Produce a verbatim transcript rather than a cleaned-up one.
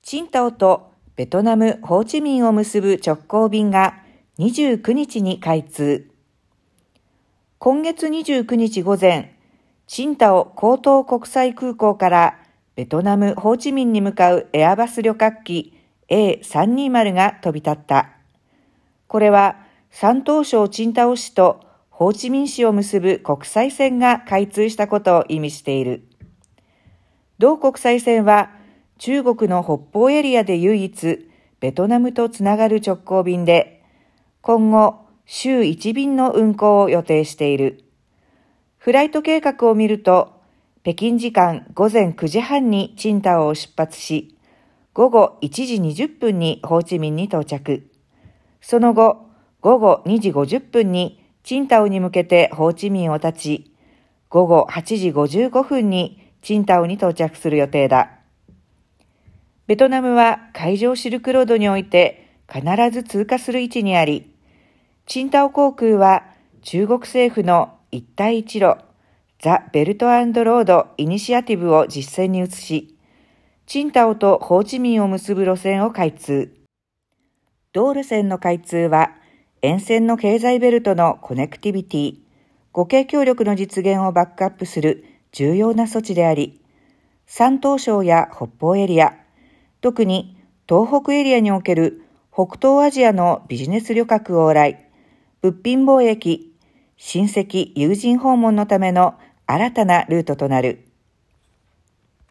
チンタオとベトナム・ホーチミンを結ぶ直行便がにじゅうくにちに開通。今月にじゅうくにち午前、チンタオ江東国際空港からベトナム・ホーチミンに向かうエアバス旅客機 エーさんにじゅう が飛び立った。これは山東省チンタオ市とホーチミン市を結ぶ国際線が開通したことを意味している。同国際線は中国の北方エリアで唯一ベトナムとつながる直行便で、今後週いち便の運航を予定している。フライト計画を見ると、北京時間午前くじはんにチンタオを出発し、午後いちじにじゅっぷんにホーチミンに到着。その後、午後にじごじゅっぷんにチンタオに向けてホーチミンを発ち、午後はちじごじゅうごふんにチンタオに到着する予定だ。ベトナムは海上シルクロードにおいて必ず通過する位置にあり、チンタオ航空は中国政府の一帯一路ザ・ベルト&ロードイニシアティブを実践に移し、チンタオとホーチミンを結ぶ路線を開通。同路線の開通は沿線の経済ベルトのコネクティビティ、互恵協力の実現をバックアップする重要な措置であり、山東省や北方エリア、特に東北エリアにおける北東アジアのビジネス旅客往来、物品貿易、親戚・友人訪問のための新たなルートとなる。